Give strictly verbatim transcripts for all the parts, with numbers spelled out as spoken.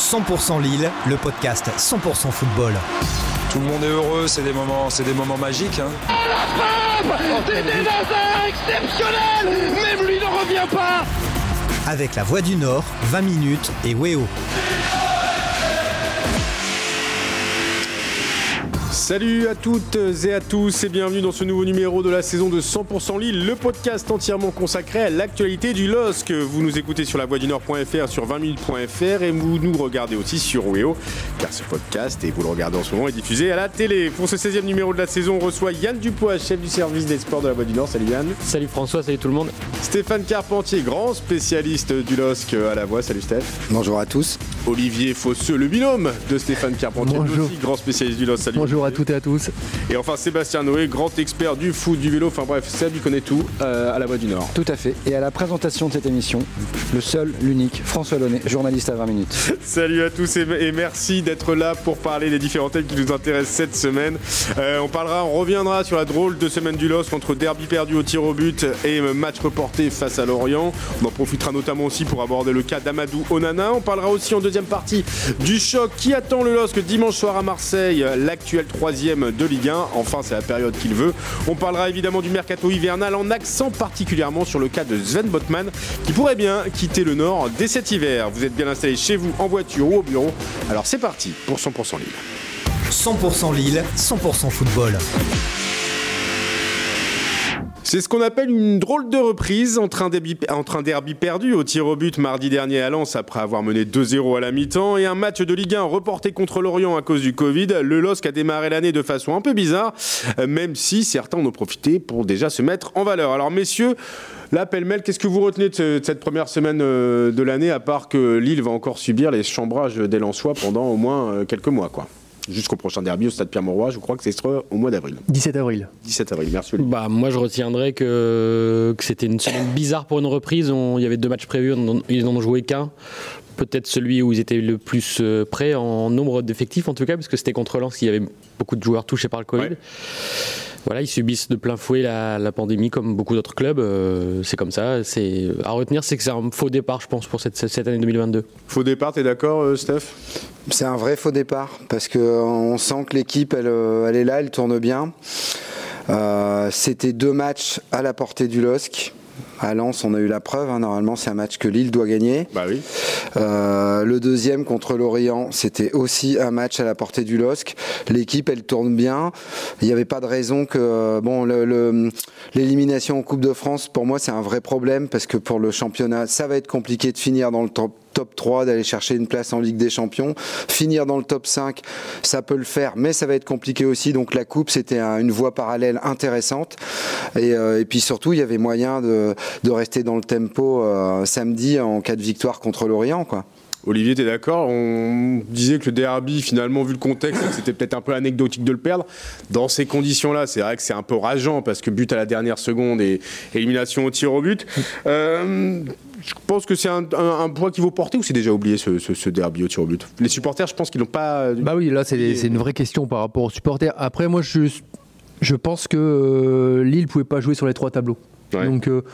cent pour cent Lille, le podcast cent pour cent football. Tout le monde est heureux, c'est des moments, c'est des moments magiques. Hein. La frappe, c'était un exceptionnel, même lui ne revient pas. Avec la Voix du Nord, vingt minutes et Weo. Salut à toutes et à tous et bienvenue dans ce nouveau numéro de la saison de cent pour cent Lille, le podcast entièrement consacré à l'actualité du L O S C. Vous nous écoutez sur la voix du nord point f r, sur vingt minutes point f r et vous nous regardez aussi sur Weo, car ce podcast, et vous le regardez en ce moment, est diffusé à la télé. Pour ce seizième numéro de la saison, on reçoit Yann Dupois, chef du service des sports de la Voix du Nord. Salut Yann. Salut François, salut tout le monde. Stéphane Carpentier, grand spécialiste du L O S C à la Voix. Salut Steph. Bonjour à tous. Olivier Fosseux, le binôme de Stéphane Carpentier, Bonjour. aussi grand spécialiste du L O S C. Salut. Bonjour à toutes et à tous. Et enfin Sébastien Noé, grand expert du foot, du vélo, enfin bref, Seb, il connaît tout euh, à la Voix du Nord. Tout à fait. Et à la présentation de cette émission, le seul, l'unique, François Launay, journaliste à vingt minutes. Salut à tous et, et merci d'être là pour parler des différents thèmes qui nous intéressent cette semaine. Euh, on parlera, on reviendra sur la drôle de semaine du L O S C entre derby perdu au tir au but et match reporté face à Lorient. On en profitera notamment aussi pour aborder le cas d'Amadou Onana. On parlera aussi en deuxième partie du choc qui attend le L O S C dimanche soir à Marseille, l'actuel troisième de Ligue un. Enfin, c'est la période qu'il veut. On parlera évidemment du mercato hivernal en accent particulièrement sur le cas de Sven Botman qui pourrait bien quitter le Nord dès cet hiver. Vous êtes bien installés chez vous, en voiture ou au bureau. Alors c'est parti pour cent pour cent Lille. cent pour cent Lille, cent pour cent football. C'est ce qu'on appelle une drôle de reprise entre un, derby, entre un derby perdu au tir au but mardi dernier à Lens après avoir mené deux zéro à la mi-temps et un match de Ligue un reporté contre Lorient à cause du Covid. Le L O S C a démarré l'année de façon un peu bizarre, même si certains en ont profité pour déjà se mettre en valeur. Alors messieurs, là, pêle-mêle, qu'est-ce que vous retenez de, ce, de cette première semaine de l'année, à part que Lille va encore subir les chambrages des Lensois pendant au moins quelques mois, quoi. Jusqu'au prochain derby au stade Pierre-Mauroy, je crois que c'est sera au mois d'avril. dix-sept avril. dix-sept avril, merci Olivier. Bah, moi je retiendrai que, que c'était une semaine bizarre pour une reprise. On, il y avait deux matchs prévus, on, ils n'en ont joué qu'un. Peut-être celui où ils étaient le plus près en nombre d'effectifs en tout cas, parce que c'était contre Lens, il y avait beaucoup de joueurs touchés par le Covid. Ouais. Voilà, ils subissent de plein fouet la, la pandémie comme beaucoup d'autres clubs. Euh, c'est comme ça. C'est, à retenir, c'est que c'est un faux départ, je pense, pour cette, cette année deux mille vingt-deux. Faux départ, t'es d'accord, euh, Steph ? C'est un vrai faux départ parce qu'on sent que l'équipe, elle, elle est là, elle tourne bien. Euh, c'était deux matchs à la portée du L O S C. À Lens, on a eu la preuve. Hein, normalement, c'est un match que Lille doit gagner. Bah oui. Euh, le deuxième contre Lorient, c'était aussi un match à la portée du L O S C. L'équipe, elle tourne bien. Il n'y avait pas de raison que bon, le, le, l'élimination en Coupe de France, pour moi, c'est un vrai problème parce que pour le championnat, ça va être compliqué de finir dans le top. top trois, d'aller chercher une place en Ligue des Champions. Finir dans le top cinq, ça peut le faire, mais ça va être compliqué aussi. Donc la Coupe, c'était un, une voie parallèle intéressante. Et, euh, et puis surtout, il y avait moyen de, de rester dans le tempo euh, samedi en cas de victoire contre Lorient, quoi. Olivier, t'es d'accord ? On disait que le derby, finalement, vu le contexte, c'était peut-être un peu anecdotique de le perdre. Dans ces conditions-là, c'est vrai que c'est un peu rageant parce que but à la dernière seconde et élimination au tir au but. Euh, je pense que c'est un, un, un poids qu'il faut porter ou c'est déjà oublié ce, ce, ce derby au tir au but ? Les supporters, je pense qu'ils n'ont pas... Bah oui, là, c'est, c'est une vraie question par rapport aux supporters. Après, moi, je, je pense que euh, Lille ne pouvait pas jouer sur les trois tableaux. Ouais. Donc, euh,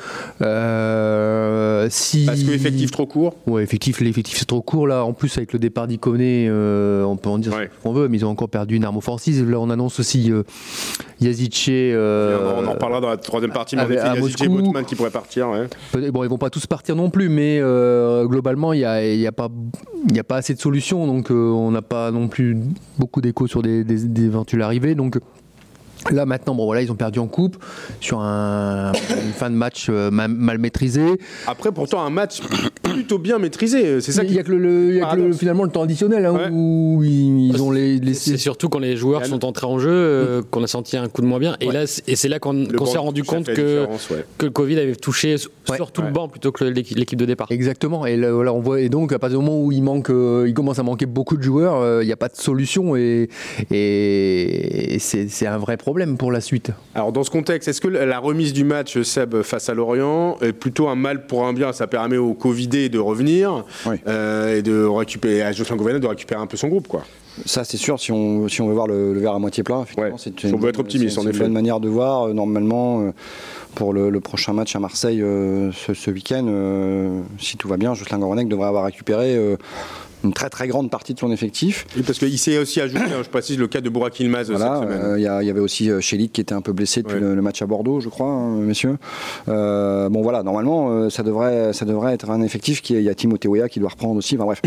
euh, si... Parce que l'effectif trop court. Ouais, effectif, l'effectif c'est trop court. Là, en plus, avec le départ d'Ikoné, euh, on peut en dire ouais. ce qu'on veut, mais ils ont encore perdu une arme offensive. Là, on annonce aussi euh, Yazice. Euh, on en reparlera dans la troisième partie, mais Yazice et Botman qui pourraient partir. Ouais. Bon, ils vont pas tous partir non plus, mais euh, globalement, il n'y a, y a, pas, y a pas assez de solutions. Donc, euh, on n'a pas non plus beaucoup d'écho sur des, des, des éventuelles arrivées. Donc, là maintenant, bon voilà, ils ont perdu en coupe sur un, une fin de match euh, mal, mal maîtrisée. Après, pourtant, un match plutôt bien maîtrisé. C'est ça. Il y a que le, le, y a que le finalement le temps additionnel hein, ouais. où ils, ils ont les, les. C'est surtout quand les joueurs sont entrés en jeu euh, qu'on a senti un coup de moins bien. Et ouais. là, et c'est là qu'on, qu'on s'est rendu compte que ouais. que le Covid avait touché ouais. surtout ouais. le banc plutôt que l'équipe, l'équipe de départ. Exactement. Et là, voilà, on voit. Et donc à partir du moment où il manque, euh, il commence à manquer beaucoup de joueurs, il euh, n'y a pas de solution et et c'est, c'est un vrai problème. problème pour la suite. Alors dans ce contexte, est-ce que la remise du match Seb face à Lorient est plutôt un mal pour un bien ? Ça permet aux Covidés de revenir oui. euh, et de récupérer à Jocelyn Gourvenec de récupérer un peu son groupe, quoi. Ça c'est sûr, si on, si on veut voir le, le verre à moitié plein, effectivement, ouais. c'est une, on veut être optimiste, c'est, en c'est effet. une bonne manière de voir. Euh, normalement, euh, pour le, le prochain match à Marseille euh, ce, ce week-end, euh, si tout va bien, Jocelyn Gourvenec devrait avoir récupéré euh, une très très grande partie de son effectif. Et parce qu'il s'est aussi ajouté, hein, je précise, le cas de Burak Yilmaz voilà, cette semaine. Il euh, y, y avait aussi Chelik qui était un peu blessé depuis ouais. le, le match à Bordeaux, je crois, hein, messieurs. Euh, bon voilà, normalement, euh, ça, devrait, ça devrait être un effectif qui... Il y a Timothée Weah qui doit reprendre aussi, enfin bref.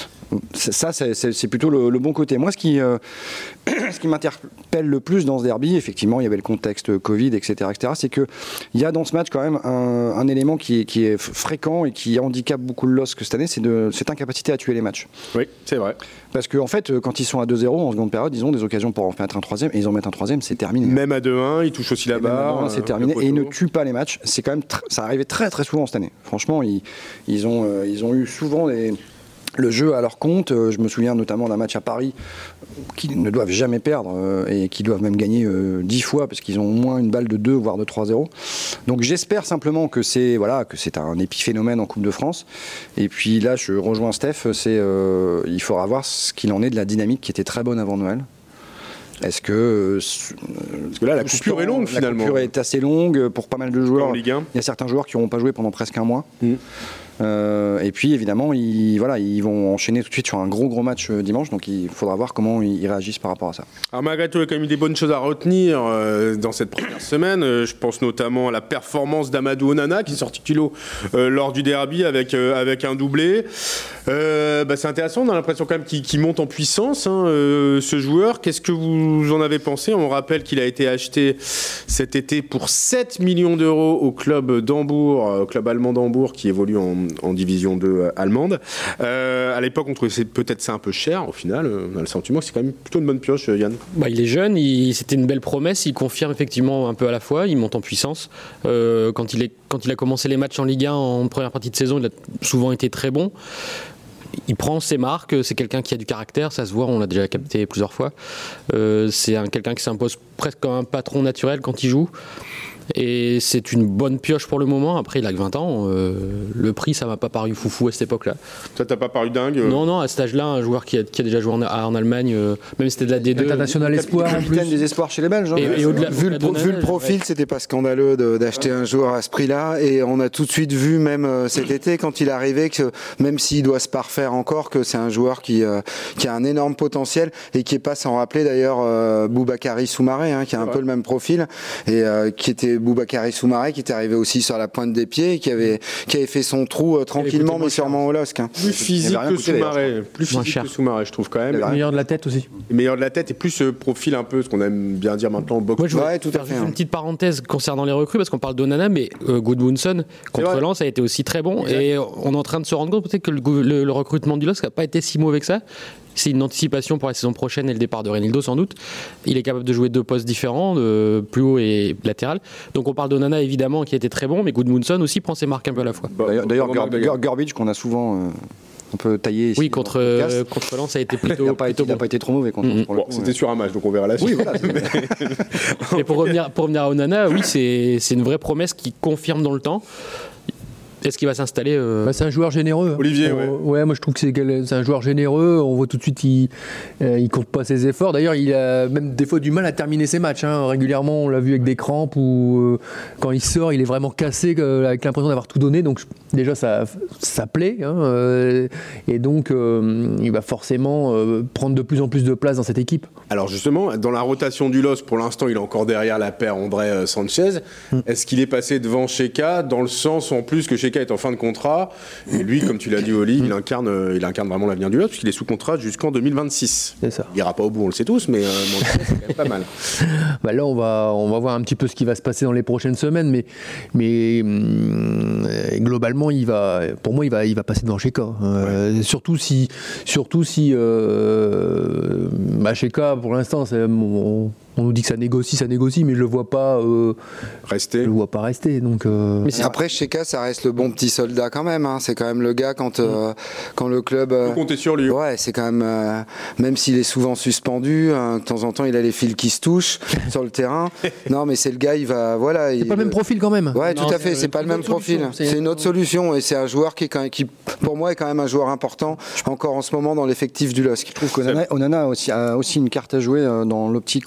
Ça, c'est, c'est, c'est plutôt le, le bon côté. Moi, ce qui, euh, ce qui m'interpelle le plus dans ce derby, effectivement, il y avait le contexte Covid, et cetera, et cetera, c'est qu'il y a dans ce match quand même un, un élément qui est, qui est fréquent et qui handicape beaucoup le L O S C cette année, c'est de, cette incapacité à tuer les matchs. Oui, c'est vrai. Parce qu'en en fait, quand ils sont à deux zéro en seconde période, ils ont des occasions pour en mettre un troisième, et ils en mettent un troisième, c'est terminé. Même à deux un, ils touchent aussi la barre. C'est terminé, et ils ne tuent pas les matchs. C'est quand même tr- ça arrivait très très souvent cette année. Franchement, ils, ils, ont, euh, ils ont eu souvent des... le jeu à leur compte. Je me souviens notamment d'un match à Paris qu'ils ne doivent jamais perdre euh, et qui doivent même gagner euh, dix fois parce qu'ils ont au moins une balle de deux voire de trois zéro. Donc j'espère simplement que c'est, voilà, que c'est un épiphénomène en Coupe de France. Et puis là, je rejoins Steph, c'est, euh, il faudra voir ce qu'il en est de la dynamique qui était très bonne avant Noël. Est-ce que, Parce que là, la coupure est longue finalement. La coupure est assez longue pour pas mal de joueurs. En Ligue un. Il y a certains joueurs qui n'auront pas joué pendant presque un mois. Mmh. Euh, et puis évidemment ils, voilà, ils vont enchaîner tout de suite sur un gros gros match euh, dimanche, donc il faudra voir comment ils réagissent par rapport à ça. Alors malgré tout, il y a quand même eu des bonnes choses à retenir euh, dans cette première semaine. Euh, je pense notamment à la performance d'Amadou Onana qui sort kilo euh, lors du derby avec, euh, avec un doublé. Euh, bah, c'est intéressant, on a l'impression quand même qu'il, qu'il monte en puissance, hein, euh, ce joueur. Qu'est-ce que vous en avez pensé ? On rappelle qu'il a été acheté cet été pour sept millions d'euros au club d'Hambourg, au club allemand d'Hambourg qui évolue en en division deux allemande. Euh, à l'époque, on trouvait c'est peut-être ça un peu cher. Au final, on a le sentiment que c'est quand même plutôt une bonne pioche, Yann. Bah, il est jeune, il, c'était une belle promesse. Il confirme effectivement un peu à la fois. Il monte en puissance. Euh, quand, il est, quand il a commencé les matchs en Ligue un en première partie de saison, il a souvent été très bon. Il prend ses marques, c'est quelqu'un qui a du caractère, ça se voit, on l'a déjà capté plusieurs fois. Euh, c'est un, quelqu'un qui s'impose presque comme un patron naturel quand il joue. Et c'est une bonne pioche pour le moment. Après, il a que vingt ans. Euh, le prix, ça m'a pas paru foufou à cette époque-là. Ça t'a pas paru dingue euh... Non, non, à cet âge-là, un joueur qui a, qui a déjà joué en, en Allemagne, euh, même si c'était de la D deux. International espoir en plus. Des espoirs chez les Belges. Hein. Et, et au-delà, vu, le, vu le profil, ouais. C'était pas scandaleux de, d'acheter un joueur à ce prix-là. Et on a tout de suite vu, même euh, cet été, quand il est arrivé, que même s'il doit se parfaire encore, que c'est un joueur qui, euh, qui a un énorme potentiel et qui est pas sans rappeler d'ailleurs euh, Boubakary Soumaré, hein, qui a un ouais. peu le même profil et euh, qui était Boubakary Soumaré qui était arrivé aussi sur la pointe des pieds et qui avait, qui avait fait son trou euh, tranquillement mais sûrement au L O S C. Hein. Plus physique que Soumaré, plus physique que Soumaré, je trouve quand même. Meilleur de la tête aussi. Meilleur de la tête et plus ce profil un peu, ce qu'on aime bien dire maintenant au box. Moi, je voudrais ouais, tout faire à fait, juste hein. une petite parenthèse concernant les recrues parce qu'on parle d'Onana, mais euh, Gudmundsson contre Lens a été aussi très bon exact. Et on est en train de se rendre compte peut-être que le, le, le recrutement du L O S C n'a pas été si mauvais que ça. C'est une anticipation pour la saison prochaine et le départ de Renildo sans doute. Il est capable de jouer deux postes différents, de plus haut et latéral. Donc on parle d'Onana évidemment qui a été très bon, mais Gudmundsson aussi prend ses marques un peu à la fois. D'ailleurs, d'ailleurs Görbic qu'on a souvent euh, un peu taillé ici. Oui, contre, euh, contre Lens ça a été plutôt. Il n'a pas, plutôt bon. pas été trop mauvais contre mmh. Lens. Pour bon, le coup, c'était ouais. sur un match, donc on verra la suite. Oui, voilà. Mais pour revenir, pour revenir à Onana, oui, c'est, c'est une vraie promesse qui confirme dans le temps. Est-ce qu'il va s'installer euh... bah, c'est un joueur généreux. Olivier, ouais. ouais. Ouais, moi je trouve que c'est, c'est un joueur généreux. On voit tout de suite qu'il euh, il compte pas ses efforts. D'ailleurs, il a même des fois du mal à terminer ses matchs. Hein. Régulièrement, on l'a vu avec des crampes ou euh, quand il sort, il est vraiment cassé euh, avec l'impression d'avoir tout donné. Donc déjà, ça, ça plaît. Hein, euh, et donc, euh, il va forcément euh, prendre de plus en plus de place dans cette équipe. Alors justement, dans la rotation du L O S C, pour l'instant, il est encore derrière la paire André Sanchez. Hum. Est-ce qu'il est passé devant Cheka dans le sens en plus que Cheka est en fin de contrat et lui, comme tu l'as dit Oli, il incarne, il incarne vraiment l'avenir du L O S C puisqu'il est sous contrat jusqu'en deux mille vingt-six. C'est ça. Il n'ira pas au bout, on le sait tous, mais euh, bon, c'est quand même pas mal. Bah là, on va, on va voir un petit peu ce qui va se passer dans les prochaines semaines, mais, mais hum, globalement, il va, pour moi, il va, il va passer devant Cheka. Euh, ouais. Surtout si, surtout si euh, bah Cheka, pour l'instant, c'est, on, on nous dit que ça négocie, ça négocie, mais je le vois pas euh, rester. Je le vois pas rester. Donc, euh... mais après, Cheka, ça reste le bon petit soldat quand même. Hein. C'est quand même le gars quand euh, quand le club. Euh, compter sur lui. Ouais, c'est quand même euh, même s'il est souvent suspendu, hein, de temps en temps, il a les fils qui se touchent sur le terrain. Non, mais c'est le gars, il va voilà. C'est il, pas le même profil quand même. Ouais, non, tout à fait. C'est, c'est pas le même profil. C'est, c'est une autre solution et c'est un joueur qui est quand même, qui, pour moi, est quand même un joueur important encore en ce moment dans l'effectif du L O S C. Je trouve qu'Onana Onana a aussi, a aussi une carte à jouer dans l'optique où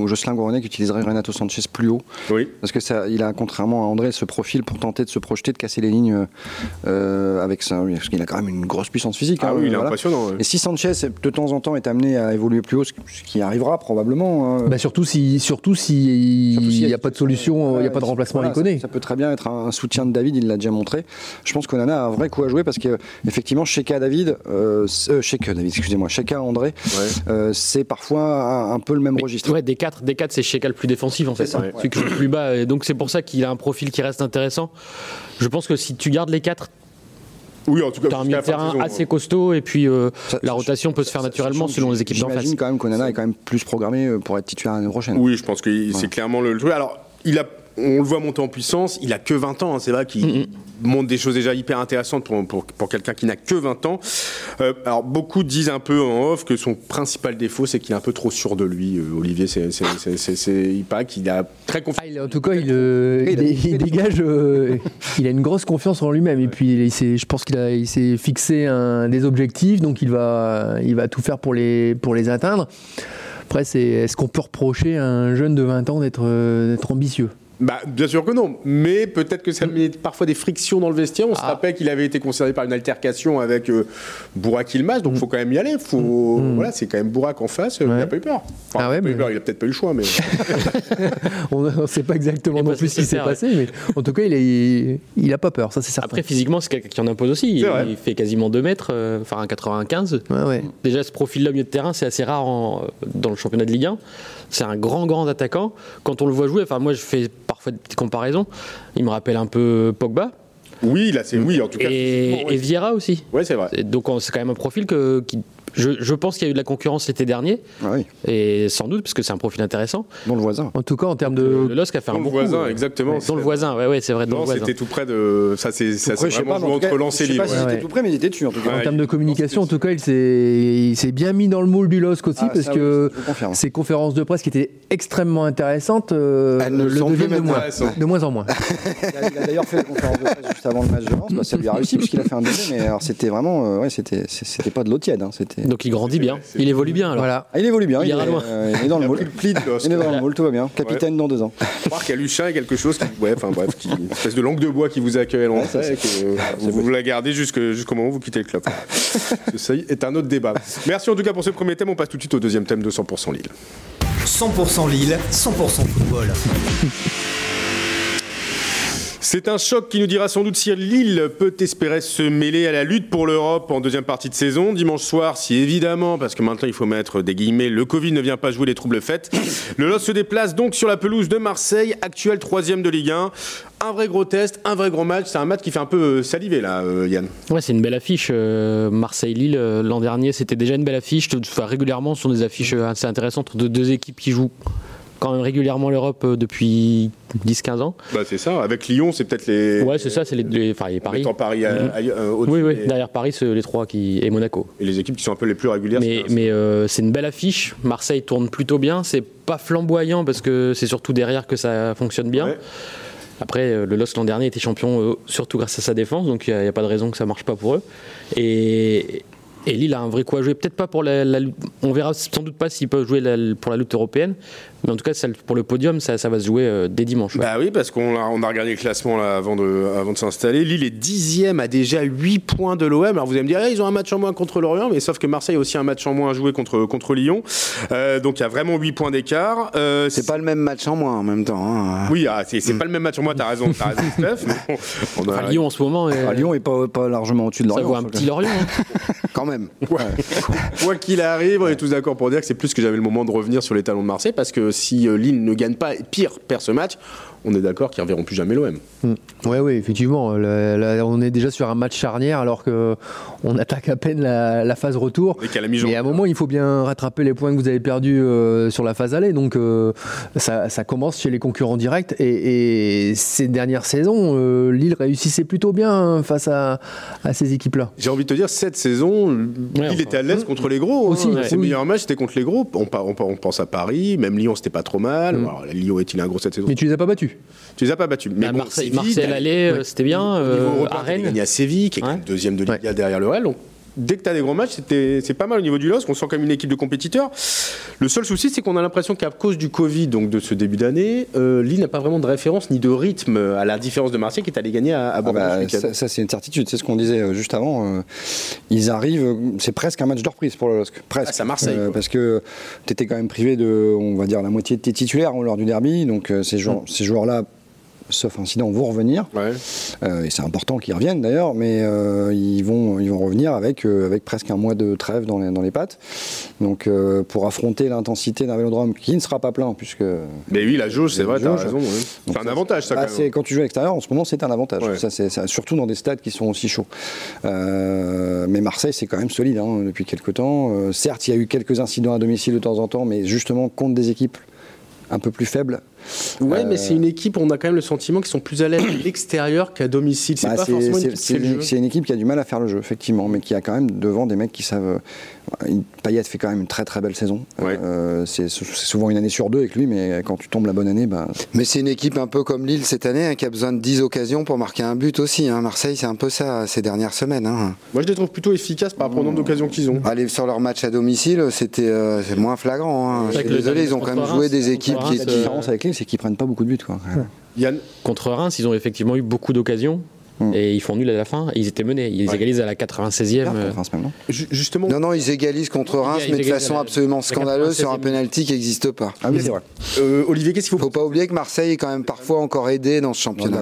ou Jocelyn Gourvenec utiliserait Renato Sanchez plus haut. Oui. Parce que ça, il a, contrairement à André, ce profil pour tenter de se projeter, de casser les lignes euh, avec ça. Parce qu'il a quand même une grosse puissance physique. Ah hein, oui, il est voilà. impressionnant. Ouais. Et si Sanchez, de temps en temps, est amené à évoluer plus haut, ce qui arrivera probablement. Hein, bah surtout si, surtout si surtout il si n'y a, a pas de solution, il ouais, n'y a pas de remplacement voilà, à Iconé. Ça, ça peut très bien être un, un soutien de David, il l'a déjà montré. Je pense qu'Onana a un vrai coup à jouer parce qu'effectivement, Cheka David, euh, euh, Cheka David, excusez-moi, Cheka André, ouais. euh, c'est parfois un, un peu le même Mais, registre. Ouais, des quatre, des quatre c'est Cheka le plus défensif en fait. Ça, ouais. ouais. Celui qui joue plus bas. Et donc c'est pour ça qu'il a un profil qui reste intéressant. Je pense que si tu gardes les quatre, oui, en tout cas, tu as un milieu de terrain saison, assez ouais. costaud et puis euh, ça, la rotation peut se faire ça, naturellement selon les équipes d'en face. J'imagine quand même qu'Onana est quand même plus programmé pour être titulaire l'année prochaine. Oui, je pense que ouais. c'est clairement le joueur. Alors, il a, on le voit monter en puissance, il a que vingt ans, hein, c'est vrai qu'il mm-hmm. montre des choses déjà hyper intéressantes pour, pour, pour quelqu'un qui n'a que vingt ans. Euh, alors, beaucoup disent un peu en off que son principal défaut, c'est qu'il est un peu trop sûr de lui. Euh, Olivier, c'est, c'est, c'est, c'est, c'est, il paraît qu'il a très confiance. Ah, en tout cas, il, euh, il, il, il dégage, euh, il a une grosse confiance en lui-même. Ouais. Et puis, il s'est, je pense qu'il a, il s'est fixé un, des objectifs, donc il va, il va tout faire pour les, pour les atteindre. Après, c'est, est-ce qu'on peut reprocher à un jeune de vingt ans d'être, euh, d'être ambitieux ? Bah, bien sûr que non, mais peut-être que ça met parfois des frictions dans le vestiaire. On ah. se rappelle qu'il avait été concerné par une altercation avec euh, Bourak Yilmaz, donc il mm. faut quand même y aller. Faut, mm. voilà, c'est quand même Bourak en face, ouais. il n'a pas eu peur. Enfin, ah ouais, il, a pas mais... eu peur il a peut-être pas eu le choix. Mais... on ne sait pas exactement non plus ce qui s'est passé, mais en tout cas, il n'a pas peur, ça c'est certain. Après, physiquement, c'est quelqu'un qui en impose aussi. Il, il fait quasiment deux mètres, euh, enfin un quatre-vingt-quinze. Ouais, ouais. Déjà, ce profil-là au milieu de terrain, c'est assez rare en, dans le championnat de Ligue un. C'est un grand, grand attaquant. Quand on le voit jouer, enfin moi je fais parfois des petites comparaisons, il me rappelle un peu Pogba. Oui, là c'est oui en tout cas. Et, et Vieira aussi. Oui, c'est vrai. Donc c'est quand même un profil que, qui, je, je pense qu'il y a eu de la concurrence l'été dernier. Ah oui. Et sans doute parce que c'est un profil intéressant. Dont le voisin. En tout cas en termes de. Le L O S C a fait dont un bon le voisin, coup, exactement. Dont le voisin, ouais, ouais, c'est vrai. Non, le c'était tout près de. Ça, c'est, ça, c'est vraiment joué entre Lens et Lille. Je sais pas si c'était tout près, mais il était dessus en tout cas. En termes de communication, en tout cas, il s'est, il s'est bien mis dans le moule du L O S C aussi ah, parce que ses conférences de presse qui étaient extrêmement intéressantes, euh, elles ne le deviennent de moins, de moins en moins. Il a d'ailleurs fait des conférences de presse juste avant le match de Lens, bah, ça lui a réussi puisqu'il a fait un doublé, mais alors c'était vraiment, euh, ouais, c'était, c'était pas de l'eau tiède. Hein, c'était... Donc il grandit bien, il évolue bien alors. Voilà. Ah, il évolue bien, il, il, ira est, loin. Euh, il est dans le moule. Il est dans le moule, tout va bien. Capitaine ouais. dans deux ans. Je crois qu'à Luchin, il y a quelque chose qui, ouais, enfin bref, qui, une espèce de langue de bois qui vous accueille à l'entrée ouais, et que euh, vous, vous la gardez jusque, jusqu'au moment où vous quittez le club. Ça est un autre débat. Merci en tout cas pour ce premier thème. On passe tout de suite au deuxième thème de cent pour cent Lille. cent pour cent Lille, cent pour cent football. C'est un choc qui nous dira sans doute si Lille peut espérer se mêler à la lutte pour l'Europe en deuxième partie de saison. Dimanche soir, si évidemment, parce que maintenant il faut mettre des guillemets, le Covid ne vient pas jouer les troubles faits. Le L O S C se déplace donc sur la pelouse de Marseille, actuel troisième de Ligue un. Un vrai gros test, un vrai gros match. C'est un match qui fait un peu saliver là, euh, Yann. Ouais, c'est une belle affiche. Euh, Marseille-Lille, euh, l'an dernier, c'était déjà une belle affiche. Enfin, régulièrement, ce sont des affiches assez intéressantes de deux équipes qui jouent quand même régulièrement l'Europe depuis dix quinze ans. Bah c'est ça, avec Lyon, c'est peut-être les... Ouais, c'est ça, c'est les... les enfin, les Paris. En Paris à, à, à, au-dessus. Oui, oui, et... derrière Paris, c'est les trois qui... et Monaco. Et les équipes qui sont un peu les plus régulières. Mais, c'est, mais euh, c'est une belle affiche. Marseille tourne plutôt bien. C'est pas flamboyant parce que c'est surtout derrière que ça fonctionne bien. Ouais. Après, le L O S C l'an dernier était champion euh, surtout grâce à sa défense, donc il n'y a, a pas de raison que ça ne marche pas pour eux. Et... Et Lille a un vrai coup à jouer, peut-être pas pour la, la lutte, on verra sans doute pas s'ils peuvent jouer la, pour la lutte européenne, mais en tout cas pour le podium, ça, ça va se jouer euh, dès dimanche. Ouais. Bah oui, parce qu'on a, on a regardé le classement là, avant, de, avant de s'installer. Lille est dixième, a déjà huit points de l'O M. Alors vous allez me dire, eh, ils ont un match en moins contre Lorient, mais sauf que Marseille a aussi un match en moins à jouer contre, contre Lyon. Euh, donc il y a vraiment huit points d'écart. Euh, c'est, c'est pas le même match en moins en même temps. Hein. Oui, ah, c'est, c'est mm. pas le même match en moins, t'as raison, t'as raison Steph. Mais bon, on a... enfin, Lyon en ce moment. Est... Ah, Lyon est pas, pas largement au-dessus de Lorient. Ça vaut un petit Lorient. Hein. Quand même. Ouais. Quoi qu'il arrive, on est tous d'accord pour dire que c'est plus que j'avais le moment de revenir sur les talons de Marseille, parce que si Lille ne gagne pas, pire, perd ce match, on est d'accord qu'ils ne reverront plus jamais l'O M. Mmh. Oui, oui, effectivement. Là, là, on est déjà sur un match charnière alors qu'on attaque à peine la, la phase retour. Et, qu'à la mi-journée, et à un moment, il faut bien rattraper les points que vous avez perdus euh, sur la phase aller. Donc, euh, ça, ça commence chez les concurrents directs. Et, et ces dernières saisons, euh, Lille réussissait plutôt bien face à, à ces équipes-là. J'ai envie de te dire, cette saison, ouais, Lille enfin, était à l'aise mmh. contre les gros. Aussi, hein. ouais. Ses oui. meilleurs matchs, c'était contre les gros. On, on, on pense à Paris, même Lyon, c'était pas trop mal. Mmh. Alors, Lyon est-il un gros cette saison? Mais tu les as pas battus? Tu les as pas battus. Mais bah, bon, Marseille, Marseille l'aller, ouais. c'était bien. Euh, à Rennes. Il a gagné à Séville, qui est ouais. deuxième de Liga ouais. derrière le Real. Donc, dès que tu as des gros matchs, c'était, c'est pas mal au niveau du L O S C. On sent comme une équipe de compétiteurs. Le seul souci, c'est qu'on a l'impression qu'à cause du Covid, donc de ce début d'année, euh, Lille n'a pas vraiment de référence ni de rythme, à la différence de Marseille qui est allé gagner à, à Bordeaux. Ah bah, ça, ça, c'est une certitude, c'est ce qu'on disait juste avant. Euh, ils arrivent, c'est presque un match de reprise pour le L O S C. Presque. Ah, c'est à Marseille. Euh, parce que tu étais quand même privé de, on va dire, la moitié de tes titulaires hein, lors du derby. Donc euh, ces, joueurs, mmh. ces joueurs-là, sauf incident, vont revenir. Ouais. Euh, et c'est important qu'ils reviennent d'ailleurs, mais euh, ils, vont, ils vont revenir avec, euh, avec presque un mois de trêve dans les, dans les pattes. Donc euh, pour affronter l'intensité d'un vélodrome qui ne sera pas plein, puisque. Mais oui, la jauge, c'est vrai, tu as raison. Ouais. C'est un ça, avantage, ça, bah, quand même. Quand tu joues à l'extérieur, en ce moment, c'est un avantage. Ouais. Ça, c'est, c'est, surtout dans des stades qui sont aussi chauds. Euh, mais Marseille, c'est quand même solide hein, depuis quelques temps. Euh, certes, il y a eu quelques incidents à domicile de temps en temps, mais justement contre des équipes un peu plus faibles. Ouais, euh... mais c'est une équipe, on a quand même le sentiment qu'ils sont plus à l'aise à l'extérieur qu'à domicile. C'est bah, pas c'est, forcément une équipe c'est, c'est, c'est une équipe qui a du mal à faire le jeu, effectivement, mais qui a quand même devant des mecs qui savent. Payet fait quand même une très très belle saison. Ouais. Euh, c'est, c'est souvent une année sur deux avec lui, mais quand tu tombes la bonne année, bah... Mais c'est une équipe un peu comme Lille cette année, hein, qui a besoin de dix occasions pour marquer un but aussi. Hein. Marseille, c'est un peu ça ces dernières semaines. Hein. Moi, je les trouve plutôt efficaces par rapport au nombre d'occasions qu'ils ont. Aller sur leur match à domicile, c'était euh, c'est moins flagrant. Hein. Je suis désolé, ils ont quand même joué des équipes qui. La différence avec Lille, c'est qu'ils prennent pas beaucoup de buts, quoi. Ouais. Yann. Contre Reims, ils ont effectivement eu beaucoup d'occasions. Mmh. Et ils font nul à la fin, et ils étaient menés. Ils ouais. égalisent à la quatre-vingt-seizième. Ah, Reims, même, non Justement. Non, non, ils égalisent contre Reims, mais de façon absolument scandaleuse sur un penalty qui n'existe pas. Ah oui, c'est vrai. Euh, Olivier, qu'est-ce qu'il faut Faut pas oublier que Marseille est quand même parfois encore aidé dans ce championnat.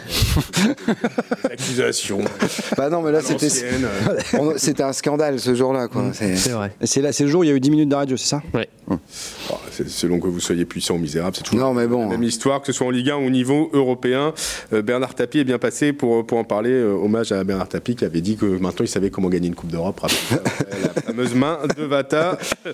Accusation. Bah non, mais là, c'était, on, c'était un scandale ce jour-là, quoi. Mmh. C'est... c'est vrai. Et c'est là, c'est le jour où il y a eu dix minutes d'arrêt de jeu, c'est ça ? Ouais. Mmh. Oh, c'est selon que vous soyez puissant ou misérable, c'est toujours non, mais bon, la même histoire, que ce soit en Ligue un ou au niveau européen. Euh, Bernard Tapie est bien passé pour, pour en parler. Euh, hommage à Bernard Tapie qui avait dit que maintenant il savait comment gagner une Coupe d'Europe. La fameuse main de Vata.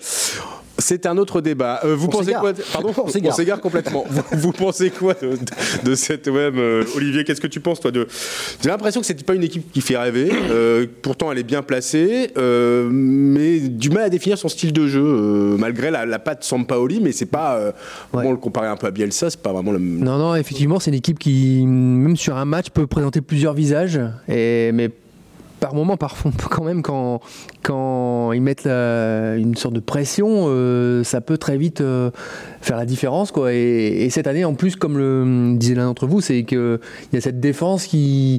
C'est un autre débat. Euh, vous on pensez s'égare. quoi de... Pardon, on s'égare, on s'égare complètement. vous, vous pensez quoi de, de, de cette web euh, Olivier, qu'est-ce que tu penses toi de... J'ai l'impression que c'était pas une équipe qui fait rêver. Euh, pourtant, elle est bien placée, euh, mais du mal à définir son style de jeu, euh, malgré la, la patte Sampaoli, mais c'est pas. Euh, ouais. Bon, on le comparer un peu à Bielsa, c'est pas vraiment le. Non, non, effectivement, c'est une équipe qui, même sur un match, peut présenter plusieurs visages, et mais. Par moment, parfois, quand même, quand, quand ils mettent la, une sorte de pression, euh, ça peut très vite euh, faire la différence, quoi. Et, et cette année, en plus, comme le disait l'un d'entre vous, c'est qu'il y a cette défense qui,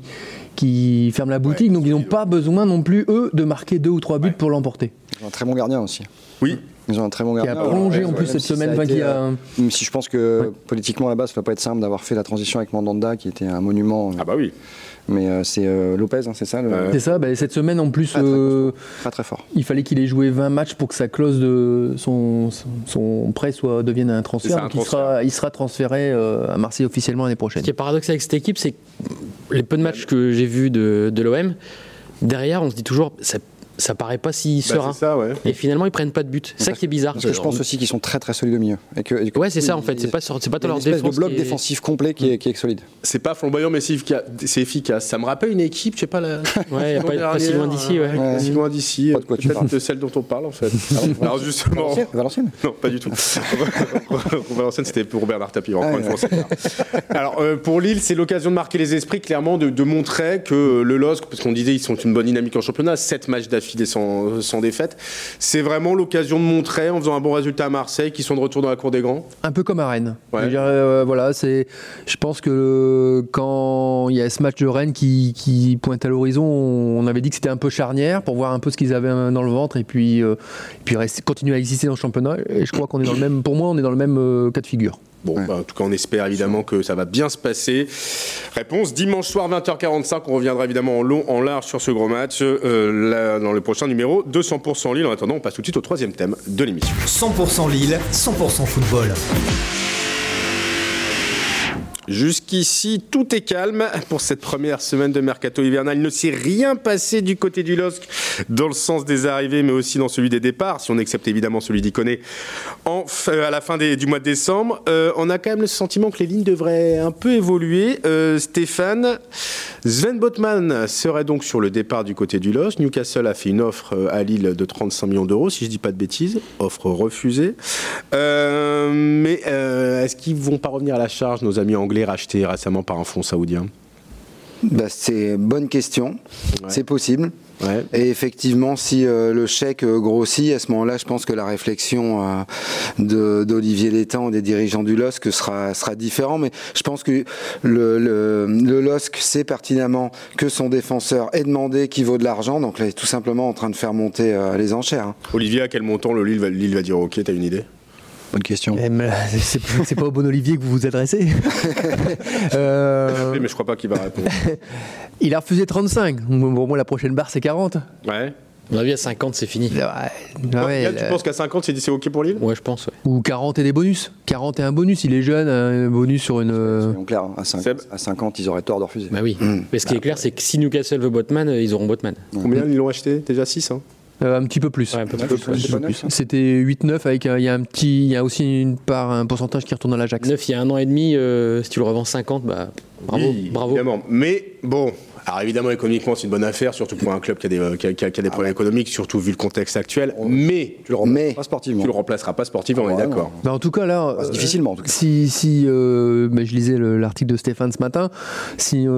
qui ferme la boutique, ouais, donc ils n'ont pas besoin non plus, eux, de marquer deux ou trois buts ouais. pour l'emporter. Ils ont un très bon gardien aussi. Oui. Ils ont un très bon gardien. Qui a prolongé ouais, en plus ouais, cette si semaine. a été, qui a... euh, même si je pense que ouais. politiquement, là-bas, ça ne va pas être simple d'avoir fait la transition avec Mandanda, qui était un monument. Ah bah oui. Mais euh, c'est euh, Lopez, hein, c'est ça le... C'est ça, bah, cette semaine en plus, très, très, euh, très, très fort. Il fallait qu'il ait joué vingt matchs pour que sa clause de son, son, son prêt soit, devienne un transfert. Ça, un donc transfert. Il, sera, il sera transféré euh, à Marseille officiellement l'année prochaine. Ce qui est paradoxal avec cette équipe, c'est que les peu de matchs que j'ai vus de, de l'O M, derrière on se dit toujours... Ça, ça paraît pas si bah serein. C'est ça, ouais. Et finalement, ils prennent pas de but. C'est ça qui est bizarre. Parce que je pense aussi qu'ils sont très très solides au milieu. Et que, et que ouais, c'est ça en fait. C'est pas, c'est pas leur défense. Une espèce de bloc est... défensif complet qui est, qui est solide. C'est pas flamboyant, mais c'est efficace. C'est efficace. Ça me rappelle une équipe, je sais pas la. Ouais, pas, pas si loin d'ici, ouais. ouais. Pas si loin d'ici. Pas de quoi tu parles. De celle dont on parle en fait. Alors justement. Valenciennes ? Non, pas du tout. Valenciennes, c'était pour Bernard Tapie. Encore une fois. Alors pour Lille, c'est l'occasion de marquer les esprits, clairement, de montrer que le L O S C, parce qu'on disait ils sont une bonne dynamique en championnat, sept matchs d'affilée sans sans défaite. C'est vraiment l'occasion de montrer, en faisant un bon résultat à Marseille, qu'ils sont de retour dans la cour des grands. Un peu comme à Rennes. Ouais. Je, dirais, euh, voilà, c'est, je pense que quand il y a ce match de Rennes qui, qui pointe à l'horizon, on avait dit que c'était un peu charnière pour voir un peu ce qu'ils avaient dans le ventre et puis, euh, et puis rester, continuer à exister dans le championnat. Et je crois qu'on est dans le même, pour moi, on est dans le même euh, cas de figure. Bon, ouais. bah, en tout cas, on espère évidemment que ça va bien se passer. Réponse dimanche soir vingt heures quarante-cinq. On reviendra évidemment en long, en large sur ce gros match euh, là, dans le prochain numéro de cent pour cent Lille. En attendant, on passe tout de suite au troisième thème de l'émission. cent pour cent Lille, cent pour cent football. Jusqu'ici, tout est calme pour cette première semaine de mercato hivernal. Il ne s'est rien passé du côté du L O S C dans le sens des arrivées, mais aussi dans celui des départs, si on accepte évidemment celui d'Ikoné en, euh, à la fin des, du mois de décembre. Euh, on a quand même le sentiment que les lignes devraient un peu évoluer. Euh, Stéphane, Sven Botman serait donc sur le départ du côté du L O S C. Newcastle a fait une offre à Lille de trente-cinq millions d'euros, si je ne dis pas de bêtises. Offre refusée. Euh, mais euh, est-ce qu'ils ne vont pas revenir à la charge, nos amis anglais racheté récemment par un fonds saoudien? Bah, c'est une bonne question. Ouais. C'est possible. Ouais. Et effectivement, si euh, le chèque euh, grossit, à ce moment-là, je pense que la réflexion euh, de, d'Olivier Létang, des dirigeants du L O S C sera, sera différent. Mais je pense que le, le, le L O S C sait pertinemment que son défenseur est demandé, qu'il vaut de l'argent. Donc là, il est tout simplement en train de faire monter euh, les enchères. Hein. Olivier, à quel montant le Lille va, Lille va dire OK, t'as une idée? Bonne question. Eh, mais c'est, c'est pas au bon Olivier que vous vous adressez. euh, Oui, mais je crois pas qu'il va répondre. il a refusé trente-cinq. Pour moi, la prochaine barre, c'est quarante. Ouais. À mon avis, à cinquante, c'est fini. Ouais, Toi, ouais, Yann, le- tu penses qu'à cinquante, c'est, c'est OK pour Lille? Ouais, je pense. Ouais. Ou quarante et des bonus. quarante et un bonus, il est jeune, un bonus sur une. euh, Soyons clairs, hein, à, cinq- Seb à cinquante, ils auraient tort de refuser. Bah oui. Mmh. Mais ce qui est clair, c'est que si Newcastle veut Botman, euh, ils auront Botman. Combien ils l'ont acheté? Déjà six, hein? euh, un petit peu plus. Ouais, un peu Neuf, plus. c'est Un pas peu neuf, plus. hein. C'était huit neuf avec un- il y a un petit, il y a aussi une part, un pourcentage qui retourne à l'Ajax. neuf, il y a un an et demi, euh, si tu le revends cinquante, bah bravo. Oui, bravo. évidemment. Mais bon, alors évidemment, économiquement, c'est une bonne affaire, surtout pour un club qui a des, euh, qui a, qui a- qui a des problèmes économiques, surtout vu le contexte actuel. Mais Tu le remplaces Mais- pas sportivement. tu le remplaceras pas sportivement, on est Ouais, d'accord. Bah, en tout cas là, Bah, c'est euh, difficilement, en tout cas. Si, si euh, bah, je lisais le- l'article de Stéphane ce matin, si euh,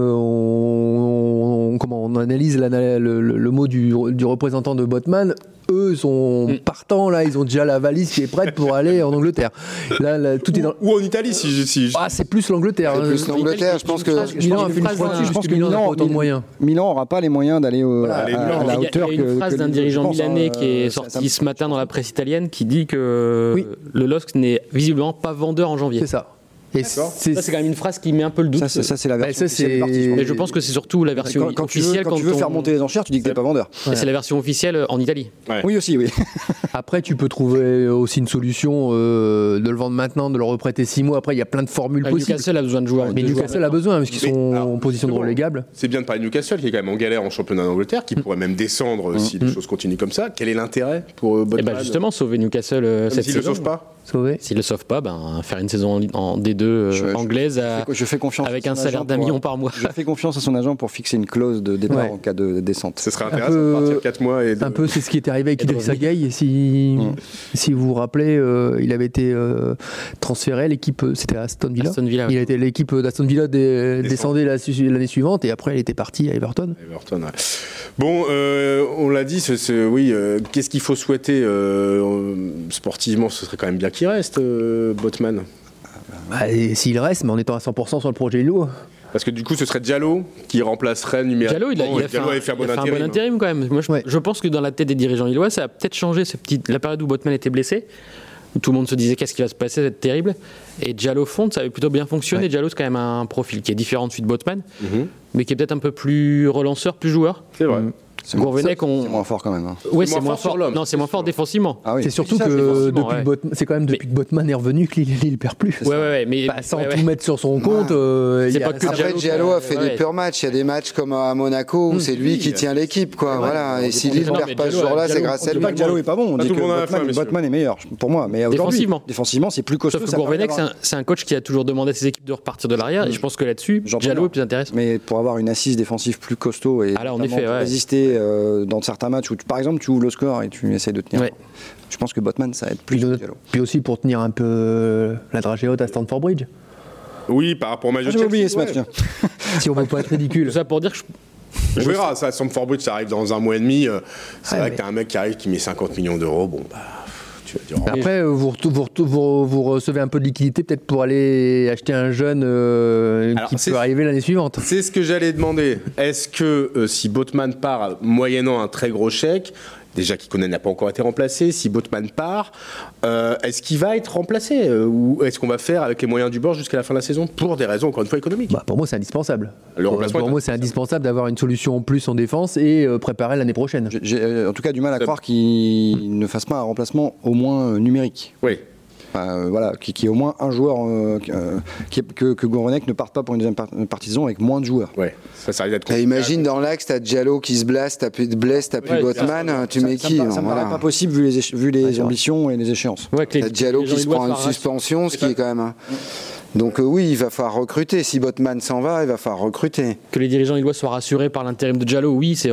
on, on- comment, on analyse l'ana- le, le- le mot du, du représentant de Botman, eux sont Mm. partants là, ils ont déjà la valise qui est prête pour aller en Angleterre. Là, là, tout est dans. Ou en Italie, si je. Si je- Ah, c'est plus l'Angleterre. C'est hein. plus l'Angleterre, je pense que. Milan a fait une phrase fois d'un- dessus, je pense que Milan n'a pas autant de moyens. Milan n'aura pas les moyens d'aller au- à, les à- Milan, à la Il y a- hauteur il y a que une phrase que d'un Lille, dirigeant je pense, milanais hein, qui est euh, sorti ça- ça- ce matin dans la presse italienne qui dit que Oui. le L O S C n'est visiblement pas vendeur en janvier. C'est ça. Et D'accord. c'est Ça, c'est quand même une phrase qui met un peu le doute. Ça, c'est, ça, c'est la Bah, version ça, officielle c'est- du parti, je pense. Mais je pense que c'est surtout la version quand, quand tu veux, officielle quand tu veux on- faire monter les enchères, tu dis que t'es pas vendeur. Et c'est la version officielle en Italie. Ouais. Oui aussi, oui. Après, tu peux trouver aussi une solution euh, de le vendre maintenant, de le reprêter six mois. Après, il y a plein de formules Ah, possibles. Newcastle a besoin de joueurs. Mais de joueurs Newcastle a besoin, parce qu'ils Mais, sont alors, en position de justement, relégable. C'est bien de parler de Newcastle, qui est quand même en galère en championnat d'Angleterre, qui pourrait même descendre euh, si les choses continuent comme ça. Quel est l'intérêt pour euh, Et Botman? bah justement, sauver Newcastle euh, Même cette s'il le saison. sauve pas. Sauvé. S'ils le sauvent pas, ben, faire une saison en, en D deux euh, Je- je- anglaise à- Je fais confiance avec à un son salaire agent d'un pour- million par mois. Je fais confiance à son agent pour fixer une clause de départ Ouais. en cas de descente. Ce serait Un intéressant peu- de partir quatre mois et de... Un peu, c'est ce qui était arrivé avec Et de Idrissa revenir. Gueye. Si, Mm. si vous vous rappelez, euh, il avait été euh, transféré. L'équipe, euh, c'était à Aston Villa. Aston Villa, ouais. Il a été l'équipe d'Aston Villa dé- Descend. descendait la- l'année suivante et après, il était parti à Everton. Everton, ouais. Bon, euh, on l'a dit, ce, ce- oui, euh, qu'est-ce qu'il faut souhaiter euh, sportivement? Ce serait quand même bien qu'il reste, euh, Botman. Bah, et s'il reste, mais en étant à cent pour cent sur le projet Illo. Parce que du coup, ce serait Diallo qui remplacerait numériquement. Diallo, il a, il a et fait, Diallo un, avait fait un il a bon fait un intérim. bon intérim quand même. Moi, je, Ouais. je pense que dans la tête des dirigeants illois, ça a peut-être changé ce petit, la période où Botman était blessé, où tout le monde se disait qu'est-ce qui va se passer, ça va être terrible. Et Diallo Fonte, ça avait plutôt bien fonctionné. Ouais. Diallo, c'est quand même un profil qui est différent de celui de Botman, Mhm. mais qui est peut-être un peu plus relanceur, plus joueur. C'est vrai. Mm. C'est Gourvenec, on. c'est moins fort quand même. hein. Ouais, C'est c'est moins moins fort sur fort. l'homme, Non, c'est c'est moins fort sûr. défensivement. Ah oui. C'est surtout ça, que défensivement, depuis ouais. Bot- c'est quand même depuis que Botman est revenu que Lille, Lille perd plus. Ouais, ouais, ouais, mais Bah, sans ouais, tout ouais. mettre sur son compte. euh, C'est il y a- pas que Après, Diallo, Diallo a fait ouais. des purs matchs. Il y a des matchs comme à Monaco où Mmh. c'est lui Oui, qui euh, tient l'équipe, quoi. Voilà. Et si Lille Non, ne mais perd pas ce Diallo, jour-là, c'est Diallo, grâce On à dit lui. pas que Diallo est pas bon, on Pas dit tout que le monde a la Botman, fin, messieurs. Botman est meilleur pour moi. Mais aujourd'hui, Défensivement. défensivement, c'est plus costaud. Sauf que ça permet Gourvenec, c'est d'avoir- un, c'est un coach qui a toujours demandé à ses équipes de repartir de l'arrière, et je pense que là-dessus, J'entends Diallo bien. est plus intéressant. Mais pour avoir une assise défensive plus costaud et Ah là, en notamment effet, pour ouais. résister euh, dans certains matchs où, tu- par exemple, tu ouvres le score et tu essaies de tenir. Ouais. Je pense que Botman, ça aide plus Puis, que le- Diallo. puis aussi pour tenir un peu euh, la dragée haute à Stamford Bridge. Oui, par rapport au match de Ah, J'ai Chelsea. oublié ce ouais. match. tiens. Si on veut pas être ridicule. Tout ça pour dire que je, On verra, ça, Stamford Bridge, ça arrive dans un mois et demi. euh, C'est Ouais, vrai mais- que t'as un mec qui arrive qui met cinquante millions d'euros. Bon, bah, tu vas dire. Mais Après, euh, vous, retou- vous, retou- vous, vous recevez un peu de liquidité peut-être pour aller acheter un jeune euh, Alors, qui c'est- peut arriver l'année suivante. C'est ce que j'allais demander. Est-ce que euh, si Botman part moyennant un très gros chèque, déjà Kikonen n'a pas encore été remplacé, si Botman part, euh, est-ce qu'il va être remplacé euh, ou est-ce qu'on va faire avec les moyens du bord jusqu'à la fin de la saison pour des raisons encore une fois économiques? Bah, pour moi, c'est indispensable. Le Pour, remplacement pour est moi, c'est indispensable d'avoir une solution en plus en défense et euh, préparer l'année prochaine. J'ai- J'ai euh, en tout cas du mal à Ça- croire qu'il ne fasse pas un remplacement au moins euh, numérique. Oui. Enfin, euh, voilà, qui, qui est au moins un joueur, euh, euh, qui est- que, que Gourvenec ne parte pas pour une deuxième par- partie de saison avec moins de joueurs. Ouais, ça, ça risque d'être Et compliqué. imagine dans l'axe, t'as Diallo qui se blesse, t'as plus de blesse, t'as plus Ouais, Botman, tu Ça- mets ça qui me par- Ça me voilà. paraît pas possible vu les, éche- vu les Ouais, c'est vrai. ambitions et les échéances. ouais, que les- T'as Diallo les gens qui se illois prend une soient suspension, ce qui est quand même. un- Donc euh, oui, il va falloir recruter. Si Botman s'en va, il va falloir recruter. que les dirigeants illois soient rassurés par l'intérim de Diallo, oui, c'est vrai.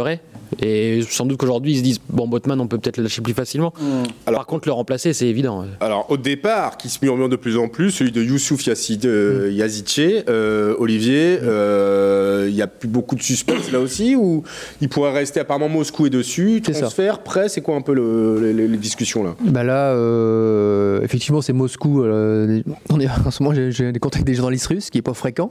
Et sans doute qu'aujourd'hui, ils se disent bon, Botman, on peut peut-être le lâcher plus facilement. Mmh. Alors, Par contre, le remplacer, c'est évident. Alors, au départ, qui se murmure de plus en plus, celui de Youssouf Yazid, euh, mmh. Yazice, euh, Olivier, il mmh. euh, y a plus beaucoup de suspense là aussi, ou il pourrait rester, apparemment Moscou est dessus, transfert, prêt, c'est quoi un peu le, les, les discussions là? Bah là, euh, effectivement, c'est Moscou. Euh, on est, en ce moment, j'ai, j'ai des contacts avec des journalistes russes, ce qui n'est pas fréquent.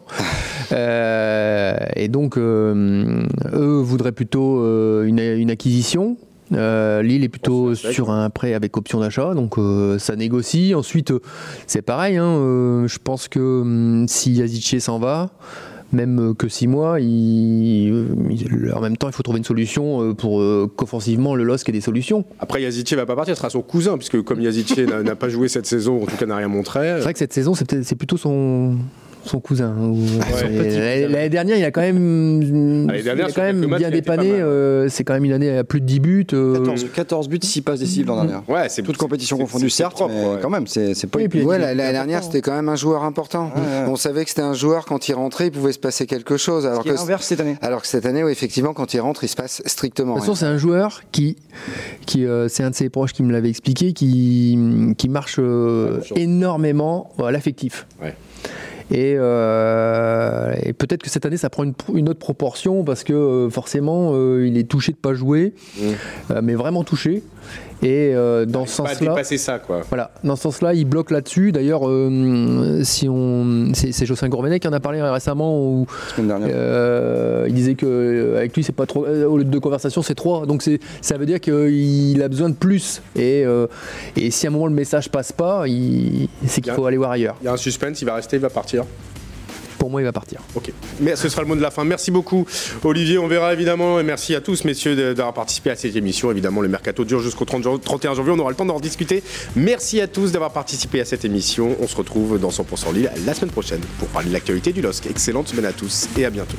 euh, et donc, euh, eux voudraient plutôt euh, une, une acquisition. Euh, Lille est plutôt sur un prêt avec option d'achat, donc euh, ça négocie. Ensuite, euh, c'est pareil. Hein, euh, je pense que euh, si Yazice s'en va, même que six mois, il, il, en même temps, il faut trouver une solution pour euh, qu'offensivement, le L O S C ait des solutions. Après, Yazice ne va pas partir, ce sera son cousin, puisque comme Yazice n'a, n'a pas joué cette saison, en tout cas n'a rien montré. C'est vrai que cette saison, c'est, c'est plutôt son... son cousin. Ou... Ouais, l'année, l'année dernière, il a quand même, l'année dernière, il a quand même bien dépanné. Euh, c'est quand même une année à plus de dix buts. Euh... quatorze, quatorze buts, six passes décisives l'an dernier. Ouais, c'est toute compétition confondue, certes, propre, mais ouais. quand même, c'est, c'est pas. Oui, ouais, l'année dernière, c'était quand même un joueur important. Ouais, ouais. On savait que c'était un joueur, quand il rentrait, il pouvait se passer quelque chose. Alors que l'inverse cette année. Alors que cette année, oui, effectivement, quand il rentre, il se passe strictement. De toute façon, c'est un joueur qui, qui euh, c'est un de ses proches qui me l'avait expliqué, qui, qui marche euh, ouais, énormément à l'affectif. Ouais. Et, euh, et peut-être que cette année ça prend une, une autre proportion parce que euh, forcément euh, il est touché de pas jouer, mmh. euh, mais vraiment touché. Et euh, dans ce sens-là, dépasser ça, quoi. Voilà, dans ce sens-là, il bloque là-dessus. D'ailleurs, euh, si on, c'est, c'est Jocelyn Gourvenec qui en a parlé récemment où euh, il disait que avec lui c'est pas trop. Au lieu de deux conversations, c'est trois. Donc c'est, ça veut dire qu'il a besoin de plus. Et, euh, et si à un moment le message passe pas, il, c'est qu'il faut aller voir ailleurs. Il y a un suspense, il va rester, il va partir. Pour moi, il va partir. Ok. Mais ce sera le mot de la fin. Merci beaucoup, Olivier. On verra évidemment. Et merci à tous, messieurs, d'avoir participé à cette émission. Évidemment, le mercato dure jusqu'au trente et un janvier. On aura le temps d'en rediscuter. Merci à tous d'avoir participé à cette émission. On se retrouve dans cent pour cent Lille la semaine prochaine pour parler de l'actualité du L O S C. Excellente semaine à tous et à bientôt.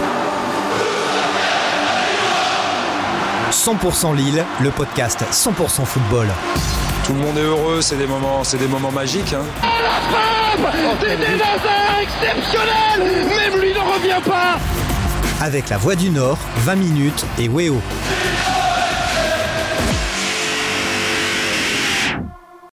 cent pour cent Lille, le podcast cent pour cent football. Tout le monde est heureux, c'est des moments, c'est des moments magiques. Hein. La frappe d'Eden Hazard exceptionnel. Même lui ne revient pas. Avec la Voix du Nord, vingt minutes et Weo.